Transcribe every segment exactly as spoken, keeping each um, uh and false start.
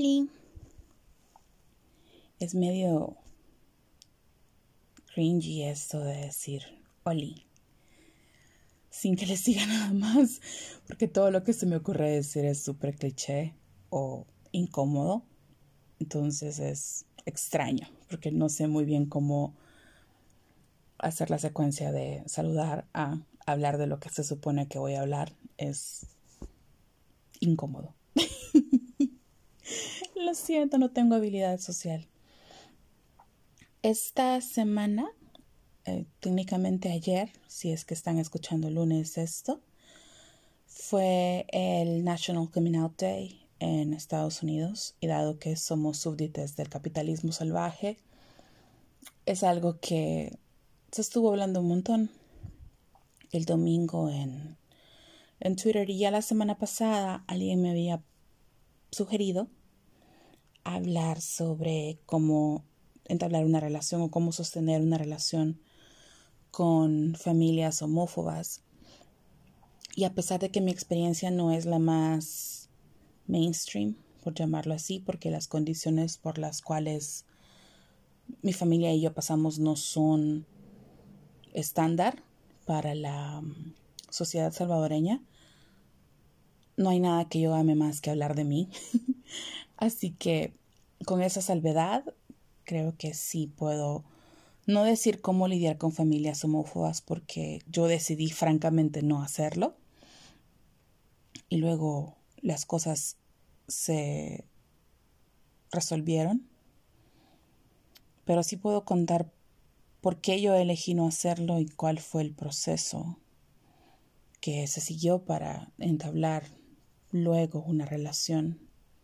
Oli. Es medio cringy esto de decir Oli, sin que les diga nada más, porque todo lo que se me ocurre decir es súper cliché o incómodo. Entonces es extraño, porque no sé muy bien cómo hacer la secuencia de saludar a hablar de lo que se supone que voy a hablar. Es incómodo. Lo siento, no tengo habilidad social. Esta semana, eh, técnicamente ayer, si es que están escuchando el lunes esto, fue el National Coming Out Day en Estados Unidos, y dado que somos súbditos del capitalismo salvaje, es algo que se estuvo hablando un montón el domingo en, en Twitter, y ya la semana pasada alguien me había sugerido hablar sobre cómo entablar una relación o cómo sostener una relación con familias homófobas. Y a pesar de que mi experiencia no es la más mainstream, por llamarlo así, porque las condiciones por las cuales mi familia y yo pasamos no son estándar para la sociedad salvadoreña, no hay nada que yo ame más que hablar de mí. Así que con esa salvedad, creo que sí puedo no decir cómo lidiar con familias homófobas, porque yo decidí francamente no hacerlo. Y luego las cosas se resolvieron. Pero sí puedo contar por qué yo elegí no hacerlo y cuál fue el proceso que se siguió para entablar luego una relación.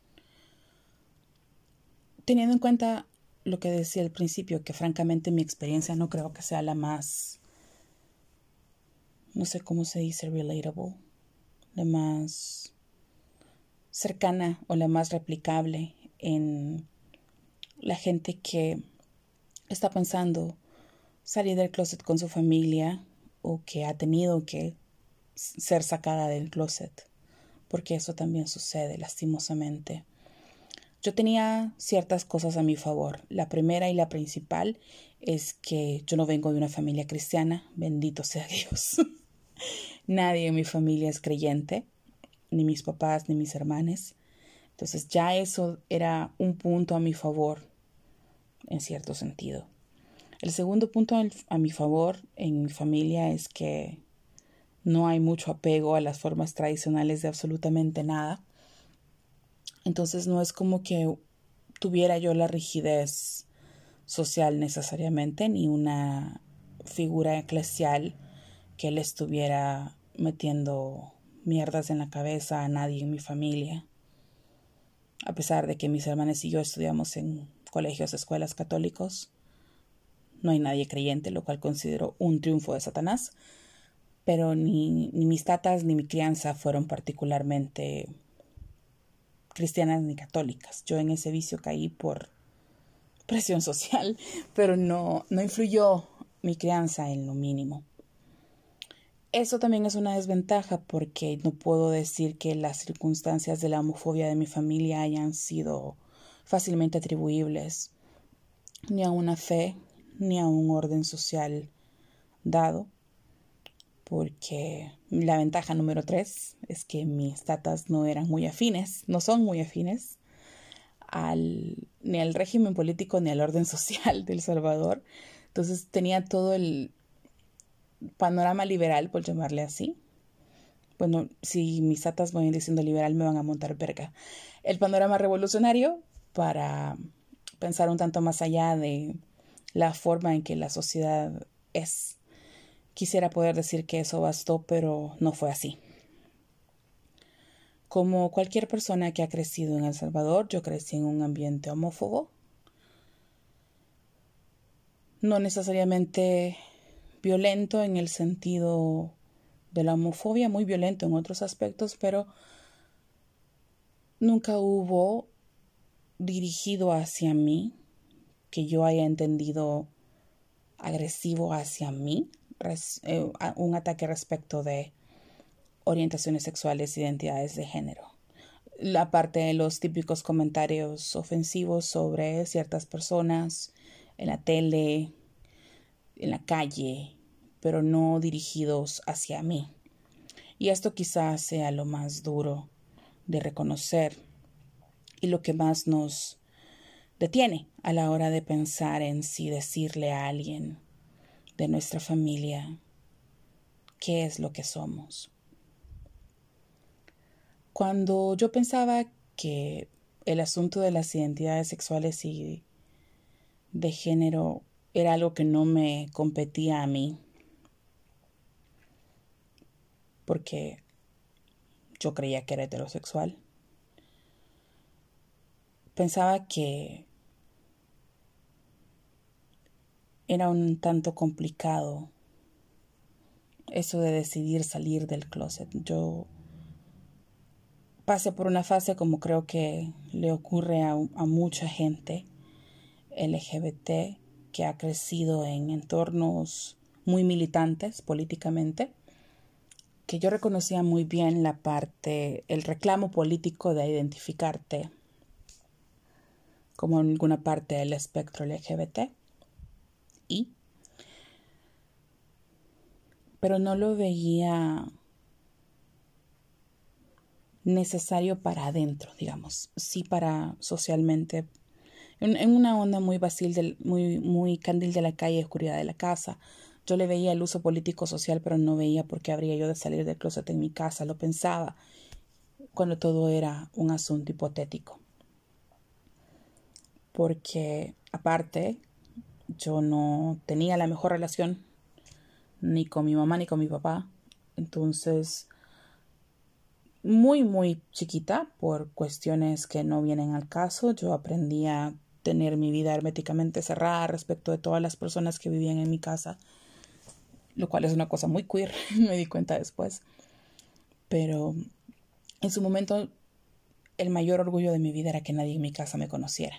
Teniendo en cuenta lo que decía al principio, que francamente mi experiencia no creo que sea la más, no sé cómo se dice, relatable, la más cercana o la más replicable en la gente que está pensando salir del closet con su familia o que ha tenido que ser sacada del closet, porque eso también sucede lastimosamente. Yo tenía ciertas cosas a mi favor. La primera y la principal es que yo no vengo de una familia cristiana, bendito sea Dios. Nadie en mi familia es creyente, ni mis papás ni mis hermanos. Entonces ya eso era un punto a mi favor, en cierto sentido. El segundo punto a mi favor en mi familia es que no hay mucho apego a las formas tradicionales de absolutamente nada. Entonces no es como que tuviera yo la rigidez social necesariamente, ni una figura eclesial que le estuviera metiendo mierdas en la cabeza a nadie en mi familia. A pesar de que mis hermanos y yo estudiamos en colegios, escuelas católicos, no hay nadie creyente, lo cual considero un triunfo de Satanás. Pero ni, ni mis tatas ni mi crianza fueron particularmente cristianas ni católicas. Yo en ese vicio caí por presión social, pero no, no influyó mi crianza en lo mínimo. Eso también es una desventaja, porque no puedo decir que las circunstancias de la homofobia de mi familia hayan sido fácilmente atribuibles ni a una fe ni a un orden social dado, porque la ventaja número tres es que mis tatas no eran muy afines, no son muy afines al, ni al régimen político ni al orden social de El Salvador. Entonces tenía todo el panorama liberal, por llamarle así. Bueno, si mis tatas me van diciendo liberal, me van a montar verga. El panorama revolucionario, para pensar un tanto más allá de la forma en que la sociedad es. Quisiera poder decir que eso bastó, pero no fue así. Como cualquier persona que ha crecido en El Salvador, yo crecí en un ambiente homófobo. No necesariamente violento en el sentido de la homofobia, muy violento en otros aspectos, pero nunca hubo dirigido hacia mí, que yo haya entendido agresivo hacia mí, res, eh, un ataque respecto de orientaciones sexuales, identidades de género. la parte de los típicos comentarios ofensivos sobre ciertas personas en la tele, en la calle, pero no dirigidos hacia mí. Y esto quizás sea lo más duro de reconocer y lo que más nos detiene a la hora de pensar en si decirle a alguien de nuestra familia qué es lo que somos. Cuando yo pensaba que el asunto de las identidades sexuales y de género era algo que no me competía a mí, porque yo creía que era heterosexual, pensaba que era un tanto complicado eso de decidir salir del closet. Yo pasé por una fase, como creo que le ocurre a, a mucha gente L G B T que ha crecido en entornos muy militantes políticamente, que yo reconocía muy bien la parte, el reclamo político de identificarte como en alguna parte del espectro L G B T, y pero no lo veía necesario para adentro, digamos, sí para socialmente, en, en una onda muy vacil, del, muy, muy candil de la calle, oscuridad de la casa. Yo le veía el uso político social, pero no veía por qué habría yo de salir del closet en mi casa. Lo pensaba cuando todo era un asunto hipotético. Porque aparte, yo no tenía la mejor relación ni con mi mamá ni con mi papá. Entonces, muy, muy chiquita, por cuestiones que no vienen al caso, yo aprendí a tener mi vida herméticamente cerrada respecto de todas las personas que vivían en mi casa, lo cual es una cosa muy queer, me di cuenta después. Pero en su momento el mayor orgullo de mi vida era que nadie en mi casa me conociera.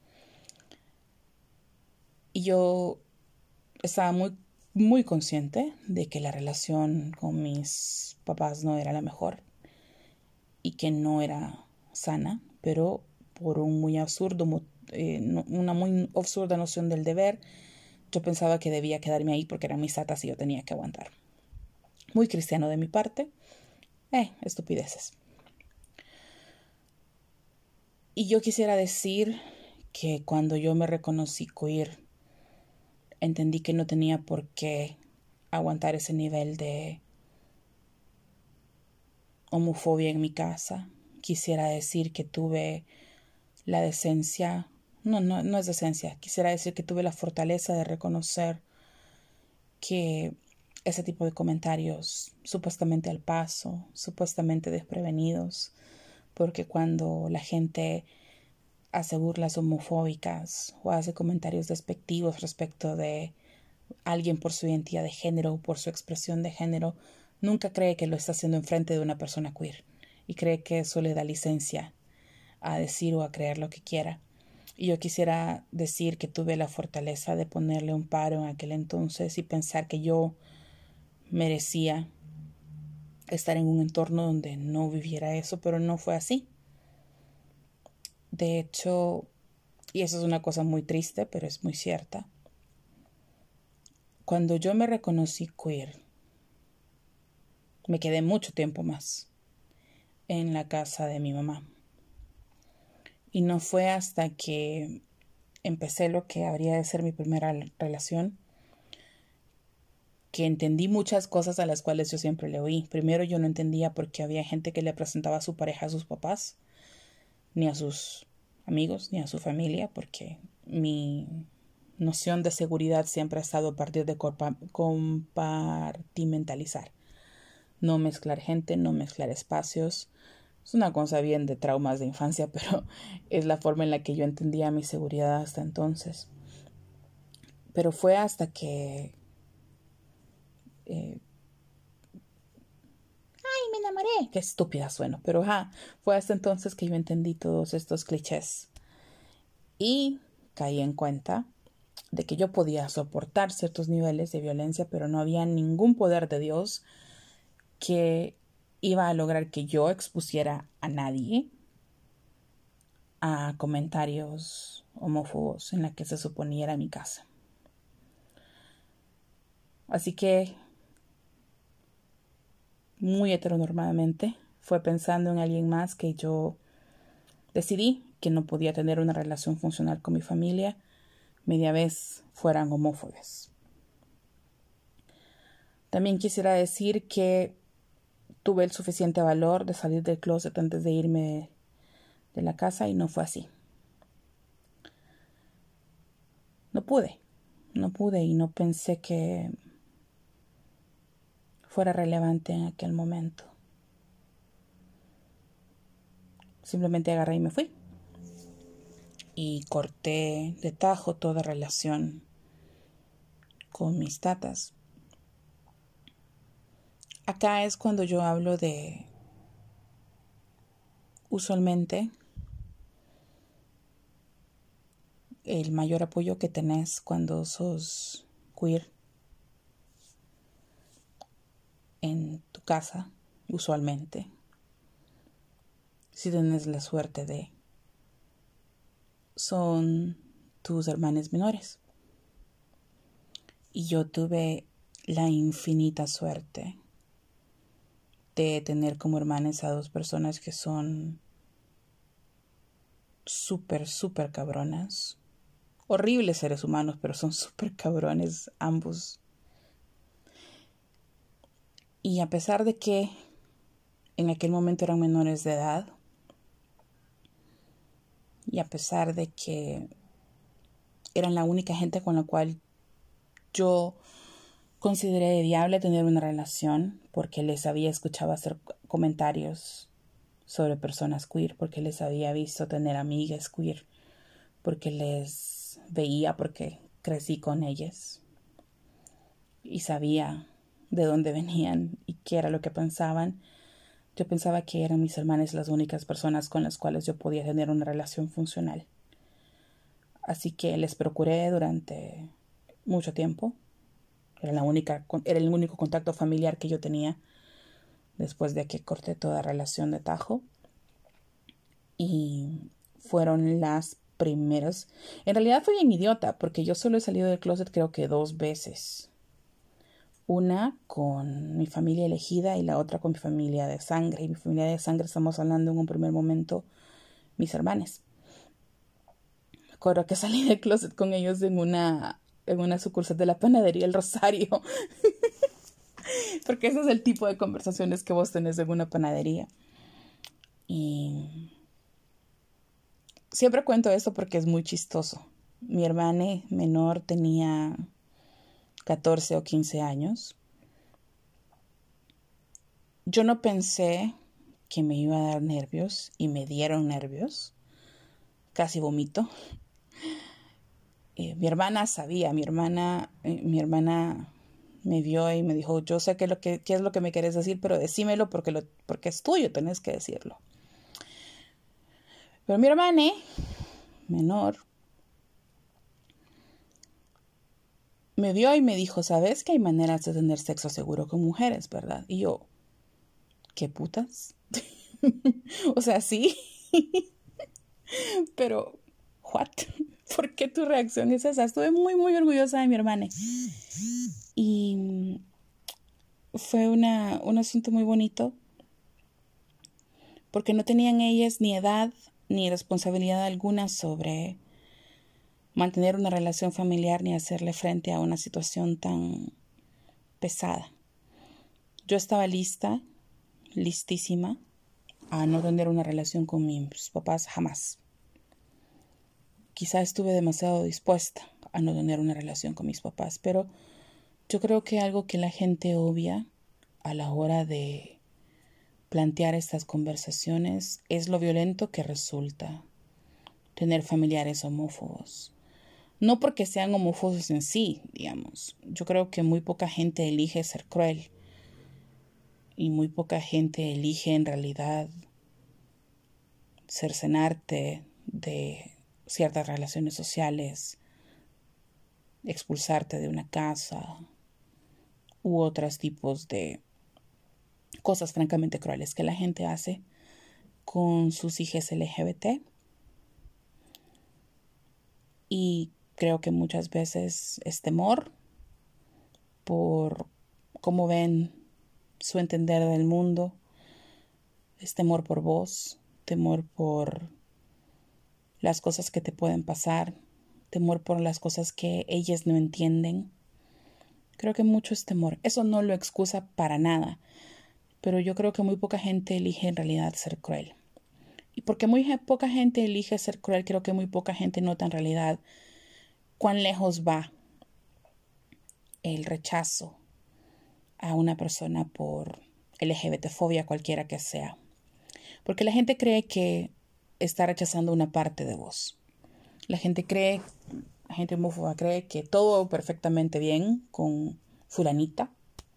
Y yo estaba muy, muy consciente de que la relación con mis papás no era la mejor y que no era sana, pero por un muy absurdo, eh, una muy absurda noción del deber, yo pensaba que debía quedarme ahí porque eran mis tatas y yo tenía que aguantar. Muy cristiano de mi parte. Eh, estupideces. Y yo quisiera decir que cuando yo me reconocí queer, entendí que no tenía por qué aguantar ese nivel de homofobia en mi casa. Quisiera decir que tuve la decencia, no, no, no es decencia, quisiera decir que tuve la fortaleza de reconocer que ese tipo de comentarios supuestamente al paso, supuestamente desprevenidos, porque cuando la gente hace burlas homofóbicas o hace comentarios despectivos respecto de alguien por su identidad de género o por su expresión de género, nunca cree que lo está haciendo enfrente de una persona queer y cree que eso le da licencia a decir o a creer lo que quiera. Y yo quisiera decir que tuve la fortaleza de ponerle un paro en aquel entonces y pensar que yo merecía estar en un entorno donde no viviera eso, pero no fue así. De hecho, y eso es una cosa muy triste, pero es muy cierta, cuando yo me reconocí queer, me quedé mucho tiempo más en la casa de mi mamá. Y no fue hasta que empecé lo que habría de ser mi primera relación que entendí muchas cosas a las cuales yo siempre le oí. Primero, yo no entendía por qué había gente que le presentaba a su pareja a sus papás, ni a sus amigos, ni a su familia, porque mi noción de seguridad siempre ha estado a partir de compartimentalizar. No mezclar gente, no mezclar espacios. Es una cosa bien de traumas de infancia, pero es la forma en la que yo entendía mi seguridad hasta entonces. Pero fue hasta que eh, ¡ay, me enamoré! Qué estúpida sueno, pero ajá, fue hasta entonces que yo entendí todos estos clichés. Y caí en cuenta de que yo podía soportar ciertos niveles de violencia, pero no había ningún poder de Dios que iba a lograr que yo expusiera a nadie a comentarios homófobos en la que se suponía era mi casa. Así que, muy heteronormadamente, fue pensando en alguien más que yo decidí que no podía tener una relación funcional con mi familia media vez fueran homófobos. También quisiera decir que tuve el suficiente valor de salir del closet antes de irme de la casa y no fue así. No pude, no pude y no pensé que fuera relevante en aquel momento. Simplemente agarré y me fui. Y corté de tajo toda relación con mis tatas. Acá es cuando yo hablo de, usualmente, el mayor apoyo que tenés cuando sos queer en tu casa, usualmente, si tienes la suerte de, son tus hermanos menores. Y yo tuve la infinita suerte de tener como hermanas a dos personas que son súper, súper cabronas. Horribles seres humanos, pero son súper cabrones ambos. Y a pesar de que en aquel momento eran menores de edad, y a pesar de que eran la única gente con la cual yo consideré viable tener una relación, porque les había escuchado hacer comentarios sobre personas queer, porque les había visto tener amigas queer, porque les veía, porque crecí con ellas y sabía de dónde venían y qué era lo que pensaban. Yo pensaba que eran mis hermanas las únicas personas con las cuales yo podía tener una relación funcional. Así que les procuré durante mucho tiempo. Era la única, era el único contacto familiar que yo tenía después de que corté toda relación de tajo. Y fueron las primeras. En realidad fui bien idiota, porque yo solo he salido del closet creo que dos veces. Una con mi familia elegida y la otra con mi familia de sangre. Y mi familia de sangre estamos hablando en un primer momento mis hermanos. Me acuerdo que salí del closet con ellos en una, en una sucursal de la panadería El Rosario. Porque ese es el tipo de conversaciones que vos tenés en una panadería. Y siempre cuento esto porque es muy chistoso. Mi hermana menor tenía catorce o quince años. Yo no pensé que me iba a dar nervios y me dieron nervios. Casi vomito. Eh, mi hermana sabía, mi hermana, eh, mi hermana me vio y me dijo, yo sé qué, lo que, qué es lo que me quieres decir, pero decímelo porque, lo, porque es tuyo, tenés que decirlo. Pero mi hermana menor me vio y me dijo, ¿sabes que hay maneras de tener sexo seguro con mujeres, verdad? Y yo, ¿qué putas? O sea, sí. Pero, ¿what? ¿Por qué tu reacción es esa? Estuve muy, muy orgullosa de mi hermana. Y fue una, un asunto muy bonito. Porque no tenían ellas ni edad ni responsabilidad alguna sobre mantener una relación familiar ni hacerle frente a una situación tan pesada. Yo estaba lista, listísima, a no tener una relación con mis papás jamás. Quizá estuve demasiado dispuesta a no tener una relación con mis papás, pero yo creo que algo que la gente obvia a la hora de plantear estas conversaciones es lo violento que resulta tener familiares homófobos. No porque sean homófobos en sí, digamos. Yo creo que muy poca gente elige ser cruel. Y muy poca gente elige en realidad cercenarte de ciertas relaciones sociales, expulsarte de una casa u otros tipos de cosas francamente crueles que la gente hace con sus hijos L G B T. Y creo que muchas veces es temor por cómo ven su entender del mundo, es temor por vos, temor por las cosas que te pueden pasar, temor por las cosas que ellas no entienden. Creo que mucho es temor. Eso no lo excusa para nada, pero yo creo que muy poca gente elige en realidad ser cruel. Y porque muy poca gente elige ser cruel, creo que muy poca gente nota en realidad cuán lejos va el rechazo a una persona por L G B T fobia, cualquiera que sea. Porque la gente cree que está rechazando una parte de vos. La gente cree, la gente homófoba cree que todo perfectamente bien con fulanita.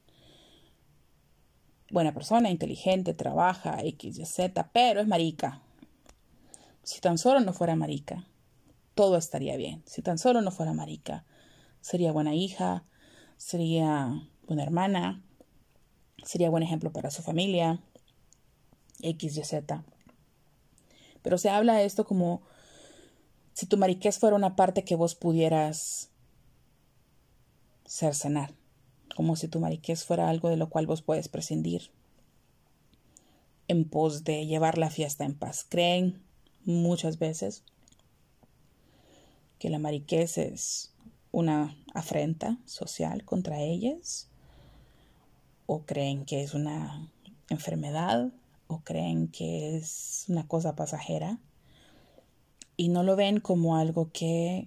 Buena persona, inteligente, trabaja, X, Y, Z, pero es marica. Si tan solo no fuera marica, todo estaría bien. Si tan solo no fuera marica, sería buena hija, sería buena hermana, sería buen ejemplo para su familia, X, Y, Z. Pero se habla de esto como si tu mariquez fuera una parte que vos pudieras cercenar, como si tu mariquez fuera algo de lo cual vos puedes prescindir en pos de llevar la fiesta en paz. Creen muchas veces que la mariquez es una afrenta social contra ellas, o creen que es una enfermedad, o creen que es una cosa pasajera, y no lo ven como algo que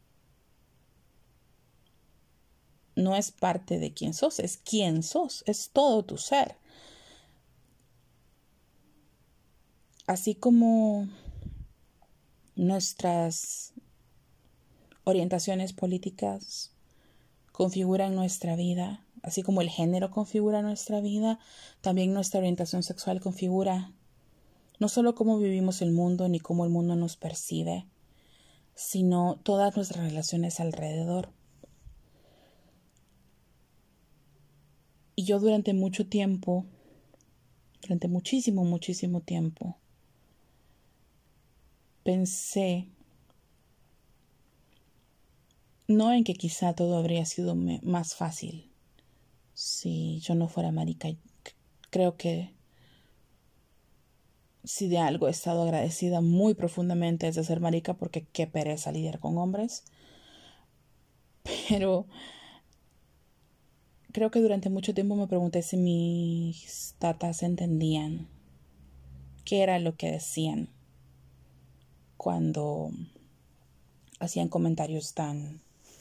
no es parte de quién sos, es quién sos, es todo tu ser. Así como nuestras orientaciones políticas configuran nuestra vida, así como el género configura nuestra vida, también nuestra orientación sexual configura no solo cómo vivimos el mundo ni cómo el mundo nos percibe, sino todas nuestras relaciones alrededor. Y yo durante mucho tiempo, durante muchísimo, muchísimo tiempo, pensé no en que quizá todo habría sido más fácil si yo no fuera marica. Creo que si de algo he estado agradecida muy profundamente es de ser marica, porque qué pereza lidiar con hombres. Pero creo que durante mucho tiempo me pregunté si mis tatas entendían qué era lo que decían cuando hacían comentarios tan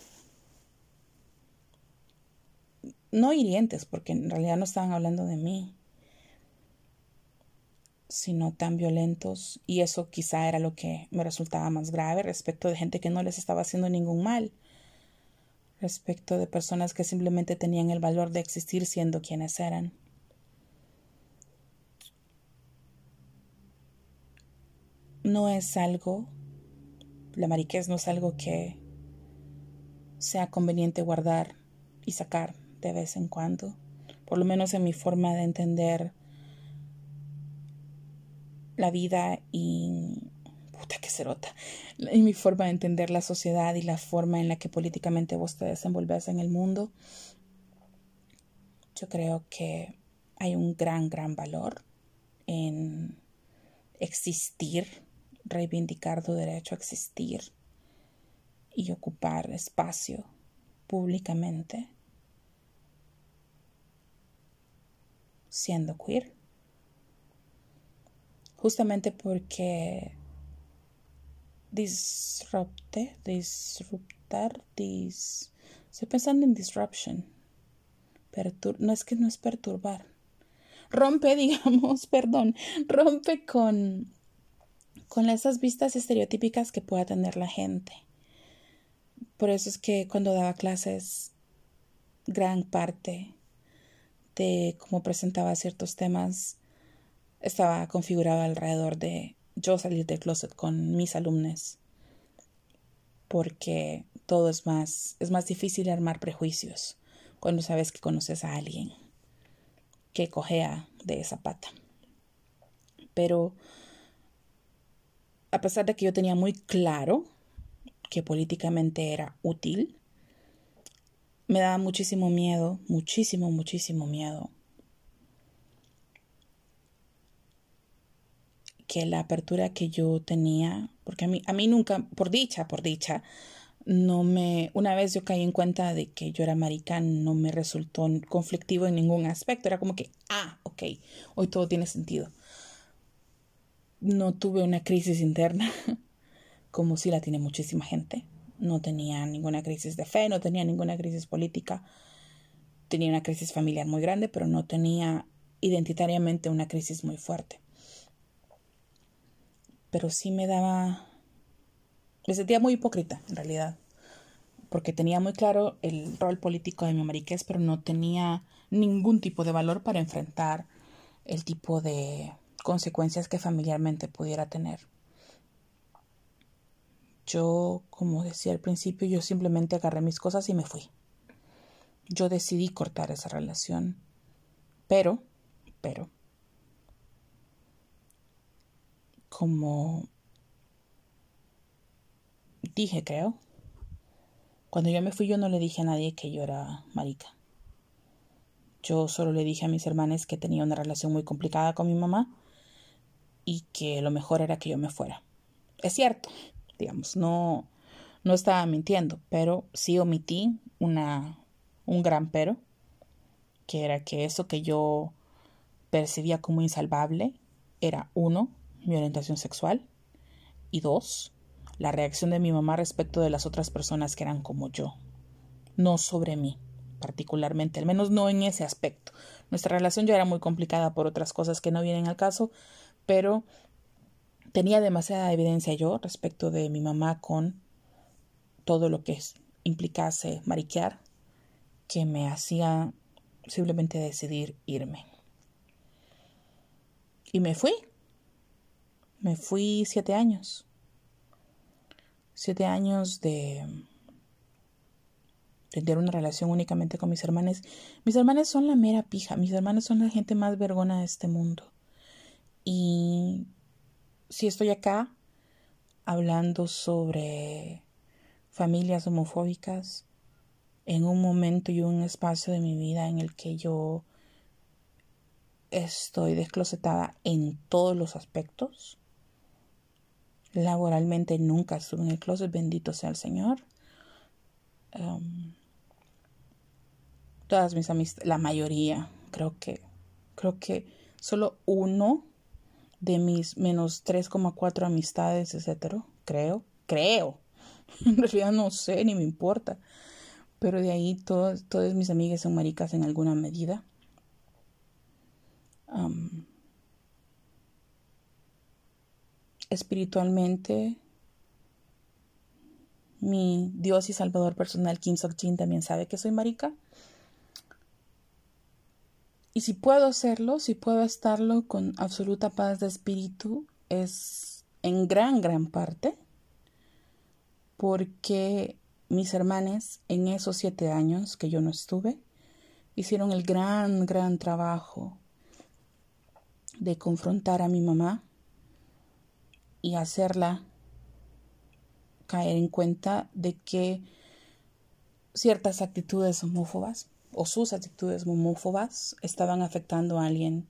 no hirientes, porque en realidad no estaban hablando de mí, sino tan violentos, y eso quizá era lo que me resultaba más grave respecto de gente que no les estaba haciendo ningún mal, respecto de personas que simplemente tenían el valor de existir siendo quienes eran. No es algo, la mariquez no es algo que sea conveniente guardar y sacar de vez en cuando, por lo menos en mi forma de entender la vida y puta que cerota, y mi forma de entender la sociedad y la forma en la que políticamente vos te desenvolves en el mundo. Yo creo que hay un gran, gran valor en existir, reivindicar tu derecho a existir y ocupar espacio públicamente siendo queer. Justamente porque disrupte, disruptar, dis... estoy pensando en disruption. Pertur... No es que no es perturbar. Rompe, digamos, perdón, rompe con, con esas vistas estereotípicas que pueda tener la gente. Por eso es que cuando daba clases, gran parte de cómo presentaba ciertos temas estaba configurado alrededor de yo salir del closet con mis alumnos, porque todo es más, es más difícil armar prejuicios cuando sabes que conoces a alguien que cojea de esa pata. Pero a pesar de que yo tenía muy claro que políticamente era útil, me daba muchísimo miedo, muchísimo, muchísimo miedo que la apertura que yo tenía, porque a mí, a mí nunca, por dicha, por dicha, no me, una vez yo caí en cuenta de que yo era marica, no me resultó conflictivo en ningún aspecto, era como que, ah, ok, hoy todo tiene sentido. No tuve una crisis interna, como sí la tiene muchísima gente. No tenía ninguna crisis de fe, no tenía ninguna crisis política. Tenía una crisis familiar muy grande, pero no tenía identitariamente una crisis muy fuerte. Pero sí me daba... Me sentía muy hipócrita, en realidad. Porque tenía muy claro el rol político de mi mariquez, pero no tenía ningún tipo de valor para enfrentar el tipo de consecuencias que familiarmente pudiera tener. Yo, como decía al principio, yo simplemente agarré mis cosas y me fui. Yo decidí cortar esa relación. Pero, pero, como dije, creo, cuando yo me fui yo no le dije a nadie que yo era marica. Yo solo le dije a mis hermanas que tenía una relación muy complicada con mi mamá y que lo mejor era que yo me fuera. Es cierto, digamos, no, no estaba mintiendo, pero sí omití una, un gran pero, que era que eso que yo percibía como insalvable era, uno, mi orientación sexual, y dos, la reacción de mi mamá respecto de las otras personas que eran como yo, no sobre mí particularmente, al menos no en ese aspecto. Nuestra relación ya era muy complicada por otras cosas que no vienen al caso, pero tenía demasiada evidencia yo respecto de mi mamá con todo lo que implicase mariquear, que me hacía simplemente decidir irme. Y me fui. Me fui siete años. Siete años de tener una relación únicamente con mis hermanas. Mis hermanas son la mera pija. Mis hermanas son la gente más vergona de este mundo. Y si estoy acá hablando sobre familias homofóbicas en un momento y un espacio de mi vida en el que yo estoy desclosetada en todos los aspectos. Laboralmente nunca estuve en el closet, bendito sea el Señor. Um, todas mis amistades, la mayoría, creo que, creo que solo uno de mis menos tres coma cuatro amistades es hetero, creo, creo. En realidad no sé, ni me importa. Pero de ahí todas, todas mis amigas son maricas en alguna medida. Um, espiritualmente, mi Dios y Salvador personal, Kim Sok-jin, también sabe que soy marica. Y si puedo hacerlo, si puedo estarlo con absoluta paz de espíritu, es en gran, gran parte porque mis hermanas en esos siete años que yo no estuve, hicieron el gran, gran trabajo de confrontar a mi mamá y hacerla caer en cuenta de que ciertas actitudes homófobas o sus actitudes homófobas estaban afectando a alguien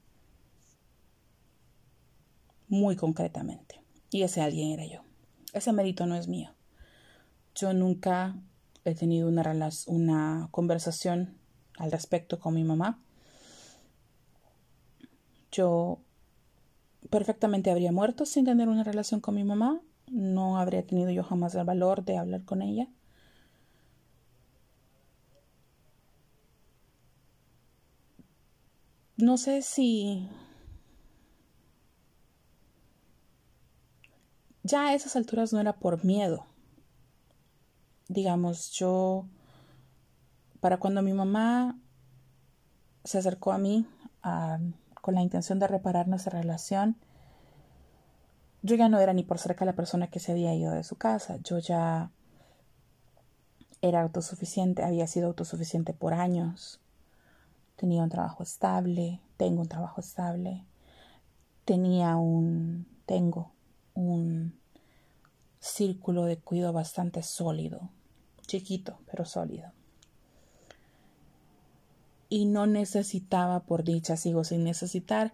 muy concretamente. Y ese alguien era yo. Ese mérito no es mío. Yo nunca he tenido una, una conversación al respecto con mi mamá. Yo perfectamente habría muerto sin tener una relación con mi mamá. No habría tenido yo jamás el valor de hablar con ella. No sé si ya a esas alturas no era por miedo. Digamos, yo, para cuando mi mamá se acercó a mí a, con la intención de reparar nuestra relación, yo ya no era ni por cerca la persona que se había ido de su casa. Yo ya era autosuficiente, había sido autosuficiente por años. Tenía un trabajo estable, tengo un trabajo estable. Tenía un, tengo un círculo de cuidado bastante sólido, chiquito, pero sólido. Y no necesitaba, por dicha, sigo sin necesitar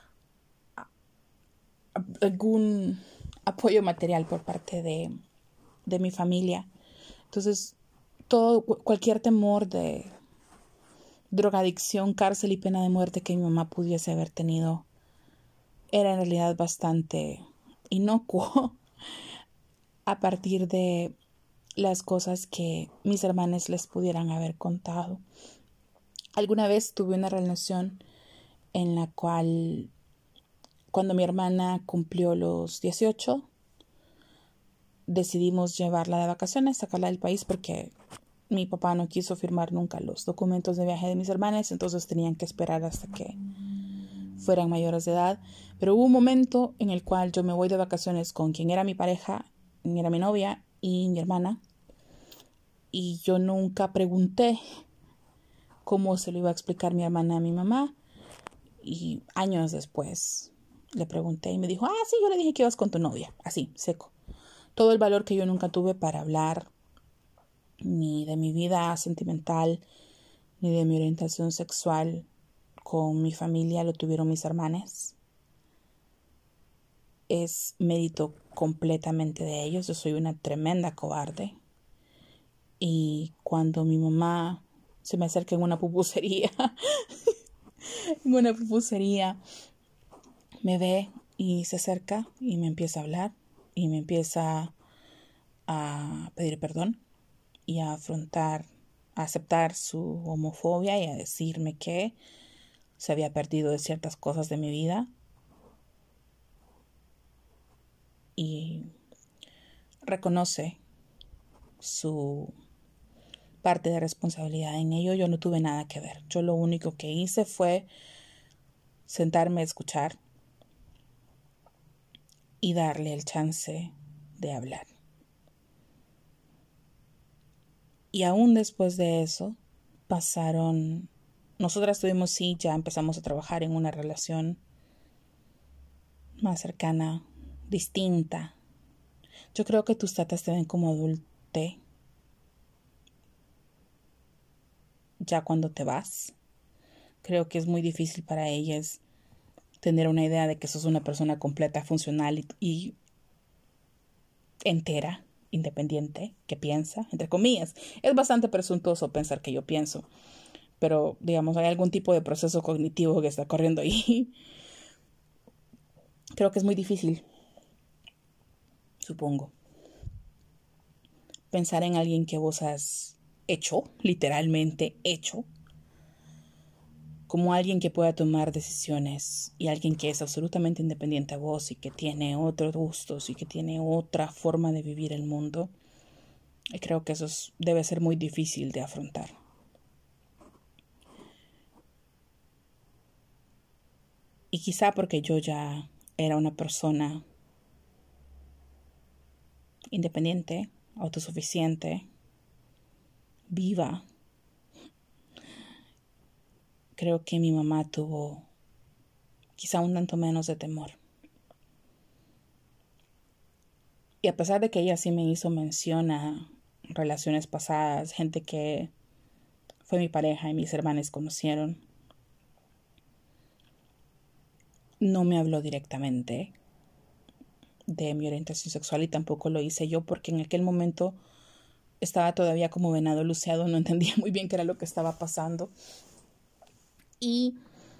algún apoyo material por parte de, de mi familia. Entonces, todo, cualquier temor de drogadicción, cárcel y pena de muerte que mi mamá pudiese haber tenido era en realidad bastante inocuo a partir de las cosas que mis hermanos les pudieran haber contado. Alguna vez tuve una relación en la cual, cuando mi hermana cumplió los dieciocho, decidimos llevarla de vacaciones, sacarla del país porque mi papá no quiso firmar nunca los documentos de viaje de mis hermanas, entonces tenían que esperar hasta que fueran mayores de edad. Pero hubo un momento en el cual yo me voy de vacaciones con quien era mi pareja, era mi novia y mi hermana, y yo nunca pregunté cómo se lo iba a explicar mi hermana a mi mamá, y años después le pregunté y me dijo, ah, sí, yo le dije que ibas con tu novia, así, seco. Todo el valor que yo nunca tuve para hablar ni de mi vida sentimental, ni de mi orientación sexual con mi familia, lo tuvieron mis hermanas. Es mérito completamente de ellos. Yo soy una tremenda cobarde. Y cuando mi mamá se me acerca en una pupusería, en una pupusería, me ve y se acerca y me empieza a hablar y me empieza a pedir perdón y a afrontar, a aceptar su homofobia y a decirme que se había perdido de ciertas cosas de mi vida y reconoce su parte de responsabilidad en ello. Yo no tuve nada que ver. Yo lo único que hice fue sentarme a escuchar y darle el chance de hablar. Y aún después de eso, pasaron... Nosotras tuvimos, sí, ya empezamos a trabajar en una relación más cercana, distinta. Yo creo que tus tatas te ven como adulte ya cuando te vas. Creo que es muy difícil para ellas tener una idea de que sos una persona completa, funcional y, y entera, independiente, que piensa, entre comillas. Es bastante presuntuoso pensar que yo pienso, pero digamos, hay algún tipo de proceso cognitivo que está corriendo ahí. Creo que es muy difícil, supongo, pensar en alguien que vos has hecho, literalmente hecho, como alguien que pueda tomar decisiones y alguien que es absolutamente independiente a vos y que tiene otros gustos y que tiene otra forma de vivir el mundo. Y creo que eso es, debe ser muy difícil de afrontar. Y quizá porque yo ya era una persona independiente, autosuficiente, viva, creo que mi mamá tuvo quizá un tanto menos de temor. Y a pesar de que ella sí me hizo mención a relaciones pasadas, gente que fue mi pareja y mis hermanos conocieron, no me habló directamente de mi orientación sexual y tampoco lo hice yo porque en aquel momento estaba todavía como venado luceado, no entendía muy bien qué era lo que estaba pasando y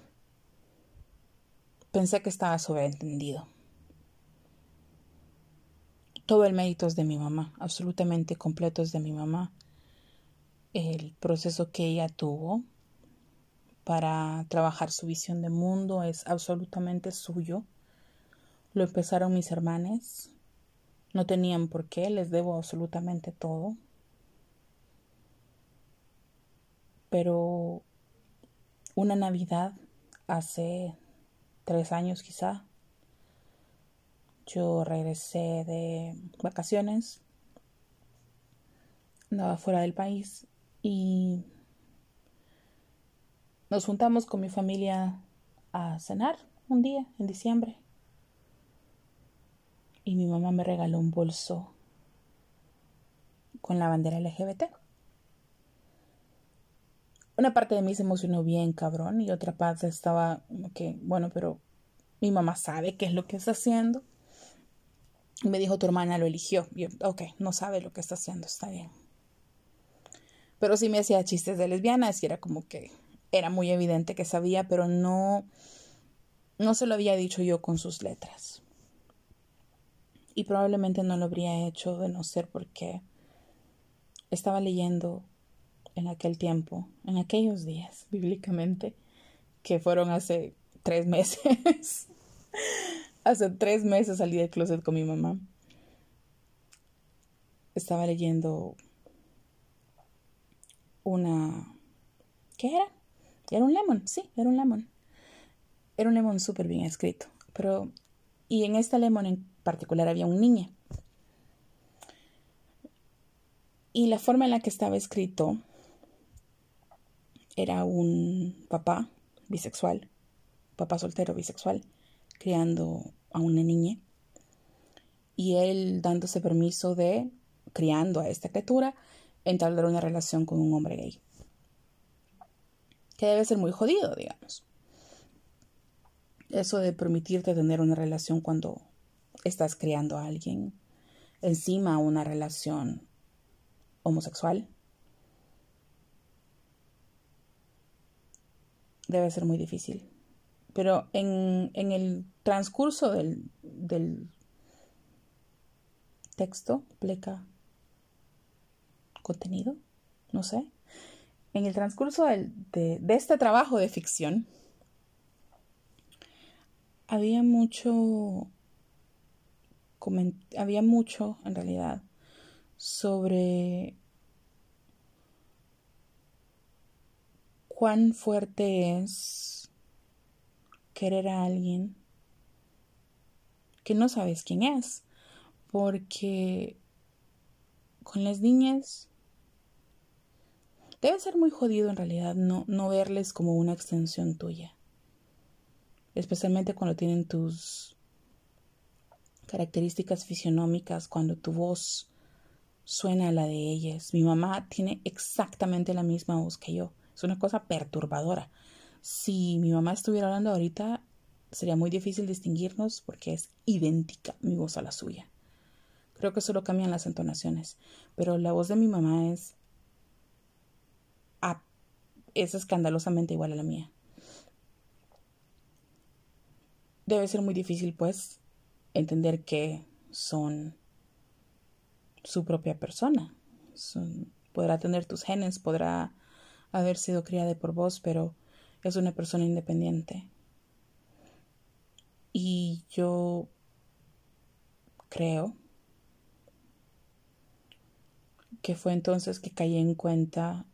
pensé que estaba sobreentendido. Todo el mérito es de mi mamá, absolutamente completo es de mi mamá. El proceso que ella tuvo para trabajar su visión de mundo es absolutamente suyo. Lo empezaron mis hermanos, no tenían por qué, les debo absolutamente todo. Pero una Navidad hace tres años quizá, yo regresé de vacaciones, andaba fuera del país y nos juntamos con mi familia a cenar un día en diciembre. Y mi mamá me regaló un bolso con la bandera L G B T. Una parte de mí se emocionó bien cabrón y otra parte estaba como que, bueno, pero mi mamá sabe qué es lo que está haciendo. Y me dijo, tu hermana lo eligió. Y yo, ok, no sabe lo que está haciendo, está bien. Pero sí me hacía chistes de lesbianas y era como que era muy evidente que sabía, pero no, no se lo había dicho yo con sus letras. Y probablemente no lo habría hecho de no ser porque estaba leyendo en aquel tiempo, en aquellos días, bíblicamente, que fueron hace tres meses. Hace tres meses salí del closet con mi mamá. Estaba leyendo una... ¿Qué era? Era un lemon, sí, era un lemon. Era un lemon súper bien escrito. Pero... Y en este lemon en particular había un niño. Y la forma en la que estaba escrito era un papá bisexual, papá soltero bisexual, criando a una niña. Y él dándose permiso de, criando a esta criatura, entablar una relación con un hombre gay. Que debe ser muy jodido, digamos. Eso de permitirte tener una relación cuando estás criando a alguien, encima una relación homosexual, debe ser muy difícil. Pero en, en el transcurso del, del texto, pleca, contenido, no sé. En el transcurso del, de, de este trabajo de ficción, había mucho, coment, había mucho en realidad sobre cuán fuerte es querer a alguien que no sabes quién es, porque con las niñas debe ser muy jodido en realidad no, no verles como una extensión tuya, especialmente cuando tienen tus características fisionómicas, cuando tu voz suena a la de ellas. Mi mamá tiene exactamente la misma voz que yo. Es una cosa perturbadora. Si mi mamá estuviera hablando ahorita, sería muy difícil distinguirnos porque es idéntica mi voz a la suya. Creo que solo cambian las entonaciones. Pero la voz de mi mamá es, es escandalosamente igual a la mía. Debe ser muy difícil, pues, entender que son su propia persona. Son, podrá tener tus genes, podrá haber sido criada por vos, pero es una persona independiente. Y yo creo que fue entonces que caí en cuenta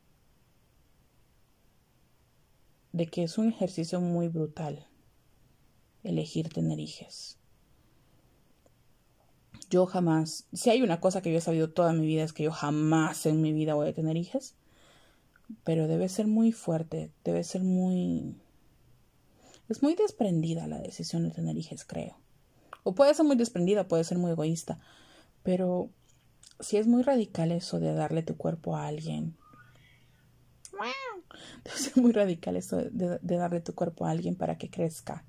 de que es un ejercicio muy brutal elegir tener hijos. Yo jamás, si hay una cosa que yo he sabido toda mi vida es que yo jamás en mi vida voy a tener hijos, pero debe ser muy fuerte, debe ser muy... Es muy desprendida la decisión de tener hijos, creo. O puede ser muy desprendida, puede ser muy egoísta, pero si es muy radical eso de darle tu cuerpo a alguien. Debe ser muy radical eso de, de darle tu cuerpo a alguien para que crezca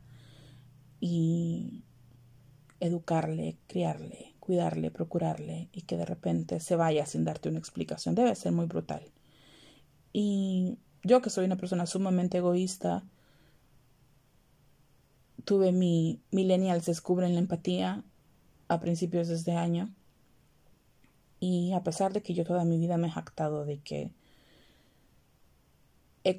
y educarle, criarle, cuidarle, procurarle y que de repente se vaya sin darte una explicación. Debe ser muy brutal. Y yo, que soy una persona sumamente egoísta, tuve mi Millennials Descubren la Empatía a principios de este año. Y a pesar de que yo toda mi vida me he jactado de que he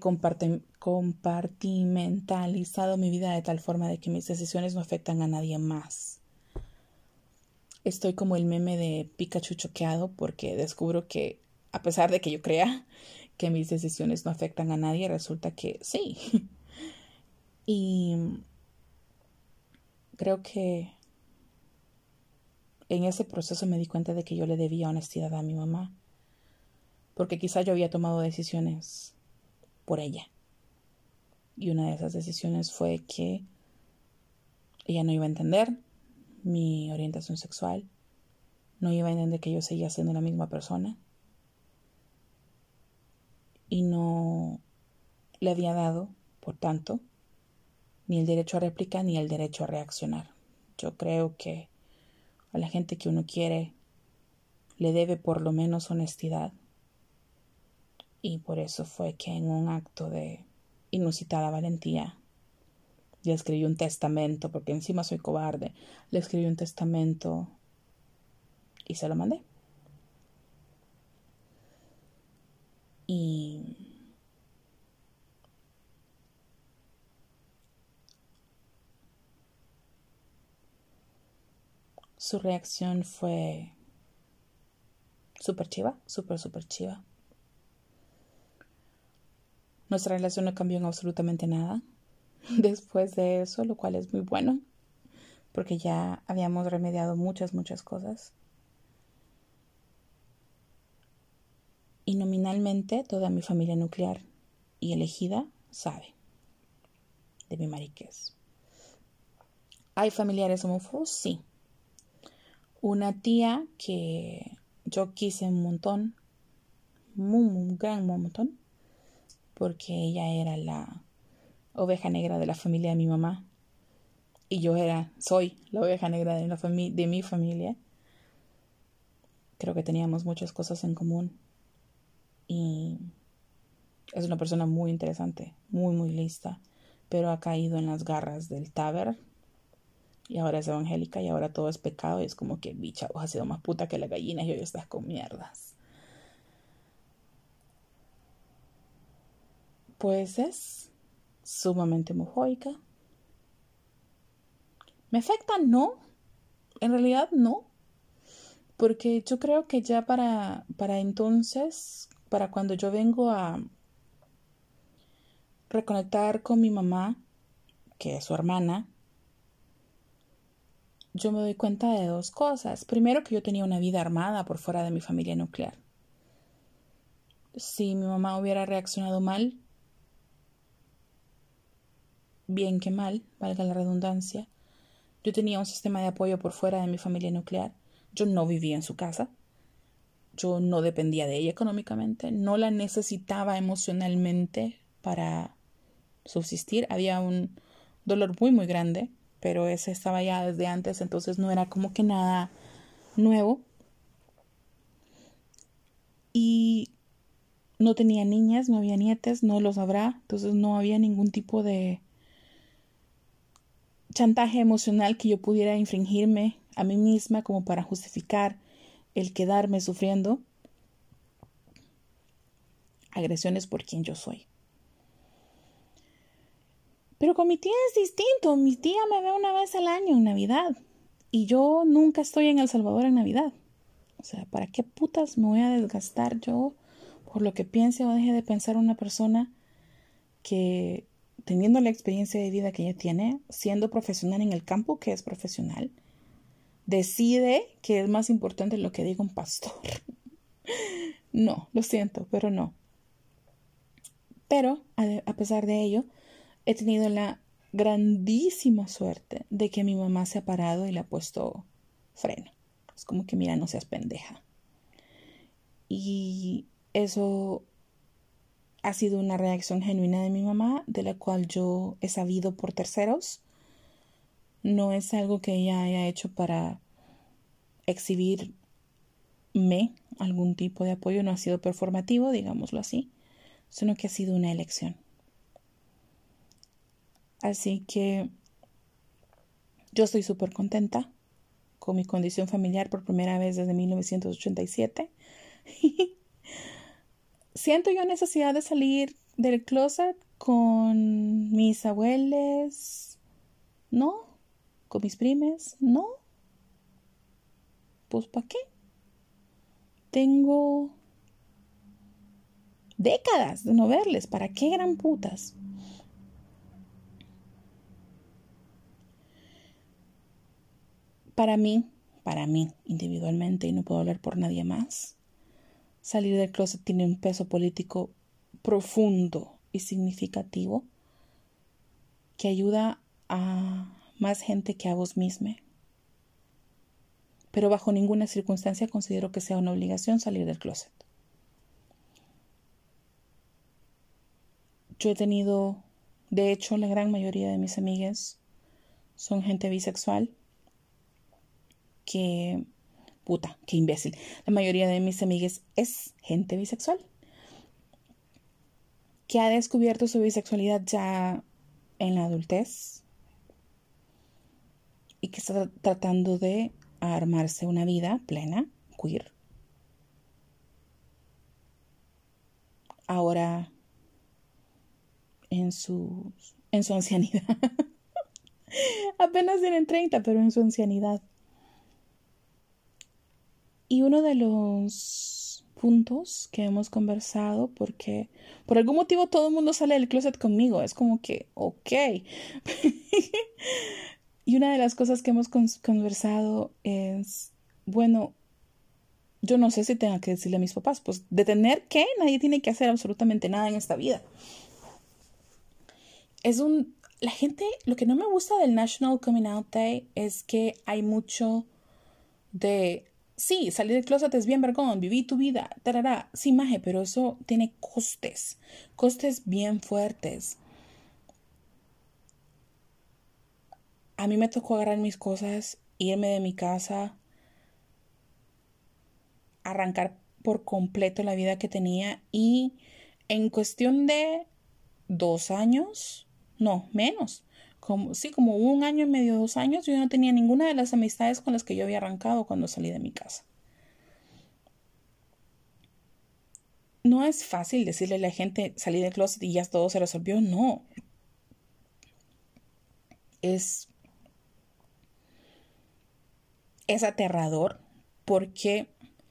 compartimentalizado mi vida de tal forma de que mis decisiones no afectan a nadie más. Estoy como el meme de Pikachu choqueado porque descubro que, a pesar de que yo crea que mis decisiones no afectan a nadie, resulta que sí. Y creo que en ese proceso me di cuenta de que yo le debía honestidad a mi mamá, porque quizá yo había tomado decisiones por ella. Y una de esas decisiones fue que ella no iba a entender mi orientación sexual, no iba a entender que yo seguía siendo la misma persona, y no le había dado, por tanto, ni el derecho a réplica ni el derecho a reaccionar. Yo creo que a la gente que uno quiere le debe por lo menos honestidad. Y por eso fue que en un acto de inusitada valentía le escribí un testamento, porque encima soy cobarde, le escribí un testamento y se lo mandé. Y su reacción fue súper chiva, súper, súper chiva. Nuestra relación no cambió en absolutamente nada después de eso, lo cual es muy bueno, porque ya habíamos remediado muchas, muchas cosas. Y nominalmente toda mi familia nuclear y elegida sabe de mi mariquez. ¿Hay familiares homófobos? Sí. Una tía que yo quise un montón, un, un gran montón, porque ella era la oveja negra de la familia de mi mamá y yo era, soy la oveja negra de, la fami- de mi familia. Creo que teníamos muchas cosas en común y es una persona muy interesante, muy muy lista, pero ha caído en las garras del Taber y ahora es evangélica y ahora todo es pecado y es como que bicha, vos has sido más puta que la gallina y hoy estás con mierdas. Pues es sumamente homofóbica. ¿Me afecta? No. En realidad no. Porque yo creo que ya para, para entonces, para cuando yo vengo a reconectar con mi mamá, que es su hermana, yo me doy cuenta de dos cosas. Primero, que yo tenía una vida armada por fuera de mi familia nuclear. Si mi mamá hubiera reaccionado mal, bien que mal, valga la redundancia, yo tenía un sistema de apoyo por fuera de mi familia nuclear. Yo no vivía en su casa. Yo no dependía de ella económicamente. No la necesitaba emocionalmente para subsistir. Había un dolor muy, muy grande, pero ese estaba ya desde antes, entonces no era como que nada nuevo. Y no tenía niñas, no había nietes, no los habrá, entonces no había ningún tipo de chantaje emocional que yo pudiera infringirme a mí misma como para justificar el quedarme sufriendo agresiones por quien yo soy. Pero con mi tía es distinto. Mi tía me ve una vez al año en Navidad y yo nunca estoy en El Salvador en Navidad. O sea, ¿para qué putas me voy a desgastar yo por lo que piense o deje de pensar una persona que, teniendo la experiencia de vida que ella tiene, siendo profesional en el campo que es profesional, decide que es más importante lo que diga un pastor? No, lo siento, pero no. Pero, a, a pesar de ello, he tenido la grandísima suerte de que mi mamá se ha parado y le ha puesto freno. Es como que, mira, no seas pendeja. Y eso ha sido una reacción genuina de mi mamá, de la cual yo he sabido por terceros. No es algo que ella haya hecho para exhibirme algún tipo de apoyo, no ha sido performativo, digámoslo así, sino que ha sido una elección. Así que yo estoy súper contenta con mi condición familiar por primera vez desde mil novecientos ochenta y siete. Siento yo necesidad de salir del closet con mis abuelos, ¿no? Con mis primes, ¿no? Pues ¿para qué? Tengo décadas de no verles, ¿para qué gran putas? Para mí, para mí individualmente, y no puedo hablar por nadie más, salir del closet tiene un peso político profundo y significativo que ayuda a más gente que a vos misma. Pero bajo ninguna circunstancia considero que sea una obligación salir del closet. Yo he tenido, de hecho, la gran mayoría de mis amigas son gente bisexual. Que, puta, qué imbécil. La mayoría de mis amigas es gente bisexual. Que ha descubierto su bisexualidad ya en la adultez. Y que está tratando de armarse una vida plena, queer. Ahora en su, en su ancianidad. Apenas tienen treinta, pero en su ancianidad. Y uno de los puntos que hemos conversado, porque por algún motivo todo el mundo sale del closet conmigo, es como que, ok. Y una de las cosas que hemos conversado es, bueno, yo no sé si tenga que decirle a mis papás, pues de tener que, nadie tiene que hacer absolutamente nada en esta vida. Es un, la gente, lo que no me gusta del National Coming Out Day es que hay mucho de, sí, salir del closet es bien vergón, viví tu vida, tarará, sí, maje, pero eso tiene costes, costes bien fuertes. A mí me tocó agarrar mis cosas, irme de mi casa, arrancar por completo la vida que tenía y en cuestión de dos años, no, menos, como, sí, como un año y medio, dos años, yo no tenía ninguna de las amistades con las que yo había arrancado cuando salí de mi casa. No es fácil decirle a la gente, salí del closet y ya todo se resolvió, no. Es, es aterrador porque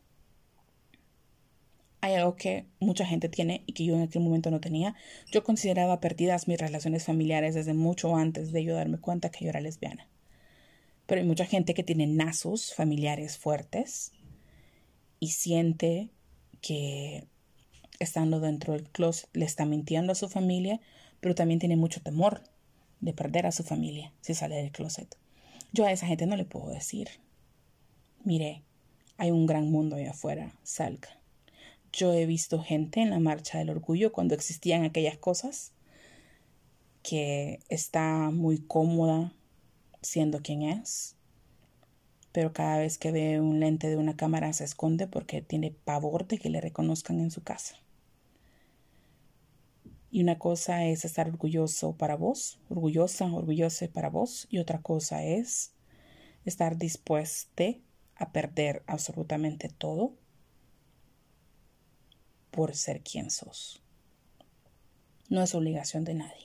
hay algo que mucha gente tiene y que yo en aquel momento no tenía. Yo consideraba perdidas mis relaciones familiares desde mucho antes de yo darme cuenta que yo era lesbiana. Pero hay mucha gente que tiene lazos familiares fuertes y siente que estando dentro del closet le está mintiendo a su familia, pero también tiene mucho temor de perder a su familia si sale del closet. Yo a esa gente no le puedo decir, mire, hay un gran mundo allá afuera, salga. Yo he visto gente en la marcha del orgullo cuando existían aquellas cosas que está muy cómoda siendo quien es, pero cada vez que ve un lente de una cámara se esconde porque tiene pavor de que le reconozcan en su casa. Y una cosa es estar orgulloso para vos, orgullosa, orgullosa para vos, y otra cosa es estar dispuesta a perder absolutamente todo por ser quien sos. No es obligación de nadie.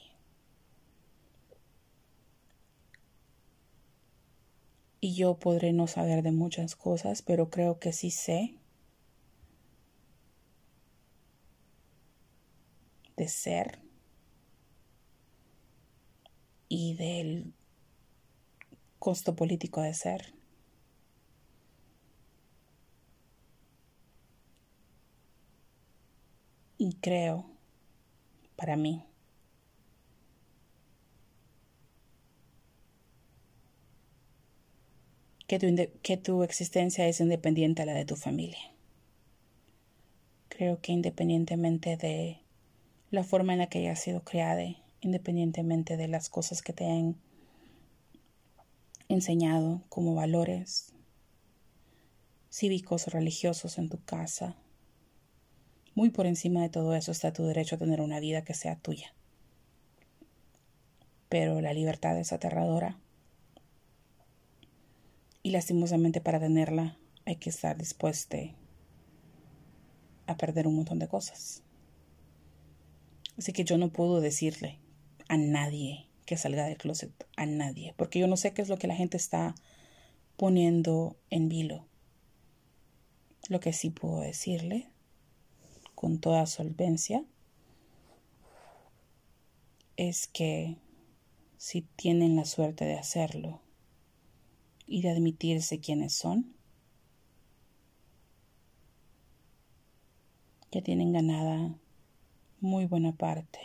Y yo podré no saber de muchas cosas, pero creo que sí sé de ser y del costo político de ser. Y creo, para mí, que tu, que tu existencia es independiente a la de tu familia. Creo que independientemente de la forma en la que hayas sido criada, independientemente de las cosas que te han enseñado como valores cívicos o religiosos en tu casa, muy por encima de todo eso está tu derecho a tener una vida que sea tuya. Pero la libertad es aterradora y lastimosamente para tenerla hay que estar dispuesto a perder un montón de cosas. Así que yo no puedo decirle a nadie que salga del closet, a nadie, porque yo no sé qué es lo que la gente está poniendo en vilo. Lo que sí puedo decirle con toda solvencia es que si tienen la suerte de hacerlo y de admitirse quiénes son, ya tienen ganada muy buena parte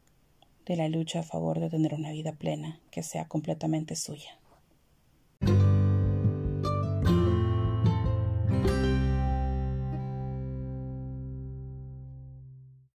de la lucha a favor de tener una vida plena que sea completamente suya.